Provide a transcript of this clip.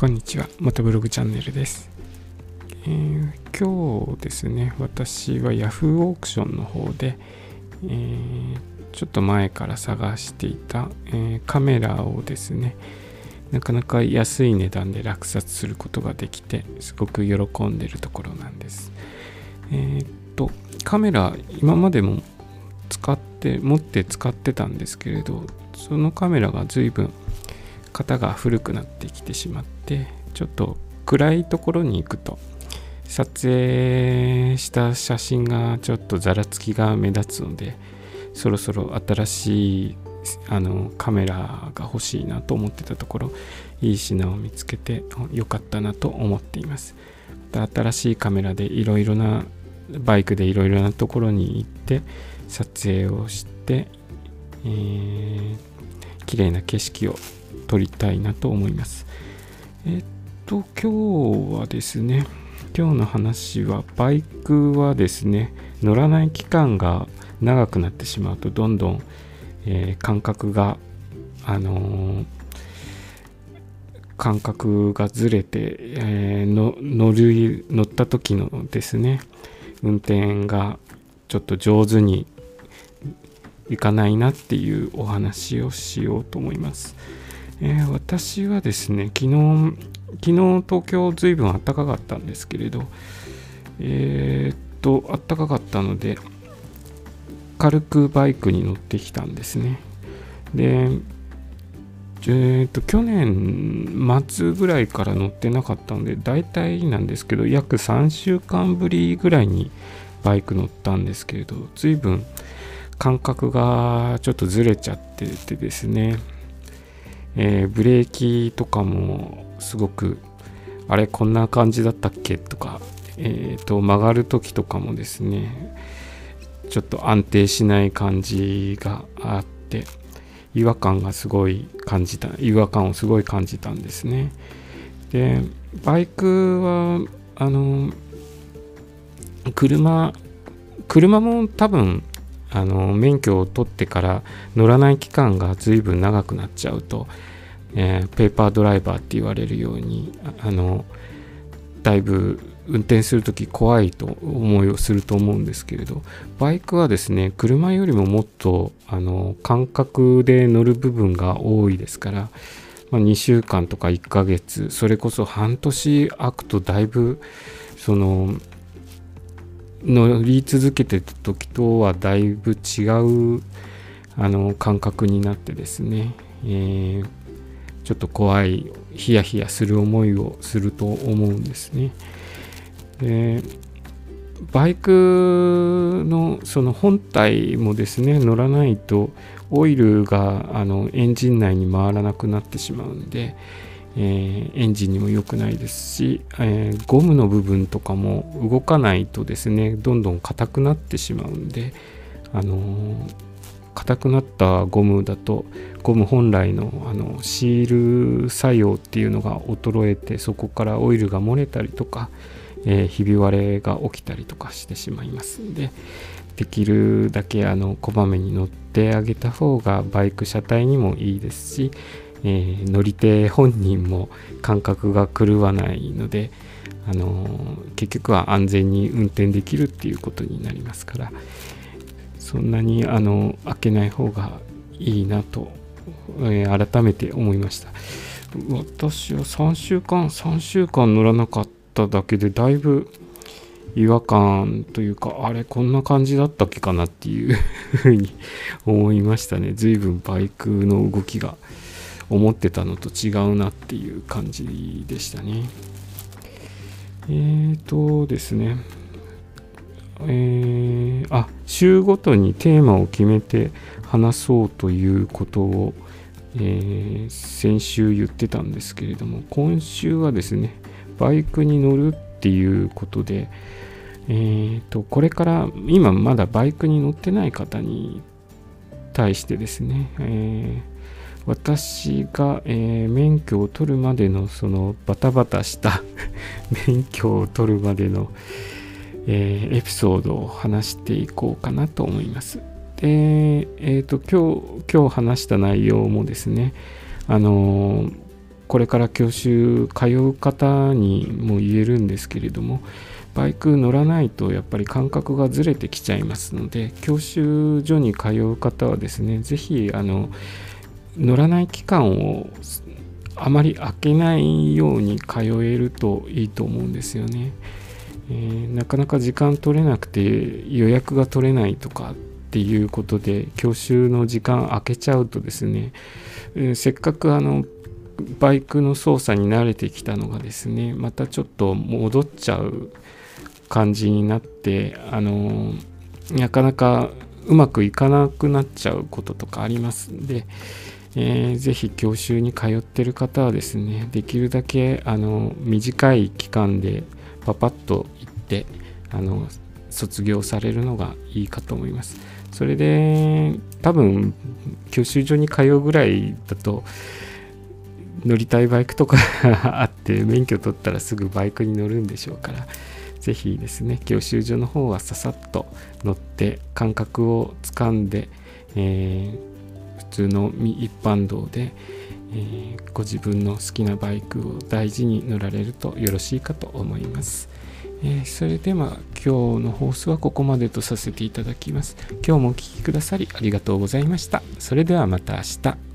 こんにちは、元ブログチャンネルです。今日ですね、私は Yahoo オークションの方で、ちょっと前から探していた、カメラをですね、なかなか安い値段で落札することができて、すごく喜んでいるところなんです。カメラ、今までも持って使ってたんですけれど、そのカメラが随分型が古くなってきてしまって、ちょっと暗いところに行くと撮影した写真がちょっとざらつきが目立つので、そろそろ新しいカメラが欲しいなと思ってたところ、いい品を見つけてよかったなと思っています。また新しいカメラでいろいろなバイクでいろいろなところに行って撮影をして、綺麗な景色を撮りたいなと思います。今日はですね、今日の話はバイクはですね、乗らない期間が長くなってしまうとどんどん、感覚がずれて、乗った時のですね、運転がちょっと上手にいかないなっていうお話をしようと思います。私はですね、昨日東京ずいぶん暖かかったんですけれど、暖かかったので軽くバイクに乗ってきたんですね。で、去年末ぐらいから乗ってなかったので、大体なんですけど約3週間ぶりぐらいにバイク乗ったんですけれど、ずいぶん感覚がちょっとずれちゃっててですね、ブレーキとかもすごくあれこんな感じだったっけとか、曲がる時とかもですね、ちょっと安定しない感じがあって違和感をすごい感じたんですね。で、バイクは車も多分免許を取ってから乗らない期間が随分長くなっちゃうと、ペーパードライバーって言われるようにだいぶ運転するとき怖いと思いをすると思うんですけれど、バイクはですね、車よりももっと感覚で乗る部分が多いですから、2週間とか1ヶ月、それこそ半年空くとだいぶ乗り続けてた時とはだいぶ違う感覚になってですね、ちょっと怖いヒヤヒヤする思いをすると思うんですね。で、バイクのその本体もですね、乗らないとオイルがエンジン内に回らなくなってしまうので、エンジンにも良くないですし、ゴムの部分とかも動かないとですね、どんどん硬くなってしまうんで、硬くなったゴムだとゴム本来のシール作用っていうのが衰えて、そこからオイルが漏れたりとか、ひび割れが起きたりとかしてしまいますので、できるだけこまめに乗ってあげた方がバイク車体にもいいですし、乗り手本人も感覚が狂わないので、結局は安全に運転できるっていうことになりますから、そんなに開けない方がいいなと、改めて思いました。私は3週間乗らなかっただけでだいぶ違和感というか、あれこんな感じだったっけかなっていうふうに思いましたね。随分バイクの動きが思ってたのと違うなっていう感じでしたね。ですね、週ごとにテーマを決めて話そうということを、先週言ってたんですけれども、今週はですね、バイクに乗るっていうことで、これから今まだバイクに乗ってない方に対してですね、私が、免許を取るまでのそのバタバタした免許を取るまでの、エピソードを話していこうかなと思います。で、今日話した内容もですね、ここれから教習通う方にも言えるんですけれども、バイク乗らないとやっぱり感覚がずれてきちゃいますので、教習所に通う方はですね、ぜひ乗らない期間をあまり空けないように通えるといいと思うんですよね。なかなか時間取れなくて予約が取れないとかっていうことで教習の時間空けちゃうとですね、せっかくバイクの操作に慣れてきたのがですね、またちょっと戻っちゃう感じになって、なかなかうまくいかなくなっちゃうこととかありますんで、ぜひ教習に通ってる方はですね、できるだけ短い期間でパパッと行って卒業されるのがいいかと思います。それで多分教習所に通うぐらいだと乗りたいバイクとかあって免許取ったらすぐバイクに乗るんでしょうから、ぜひですね教習所の方はささっと乗って感覚をつかんで、普通の一般道で、ご自分の好きなバイクを大事に乗られるとよろしいかと思います。それでは今日の放送はここまでとさせていただきます。今日もお聞きくださりありがとうございました。それではまた明日。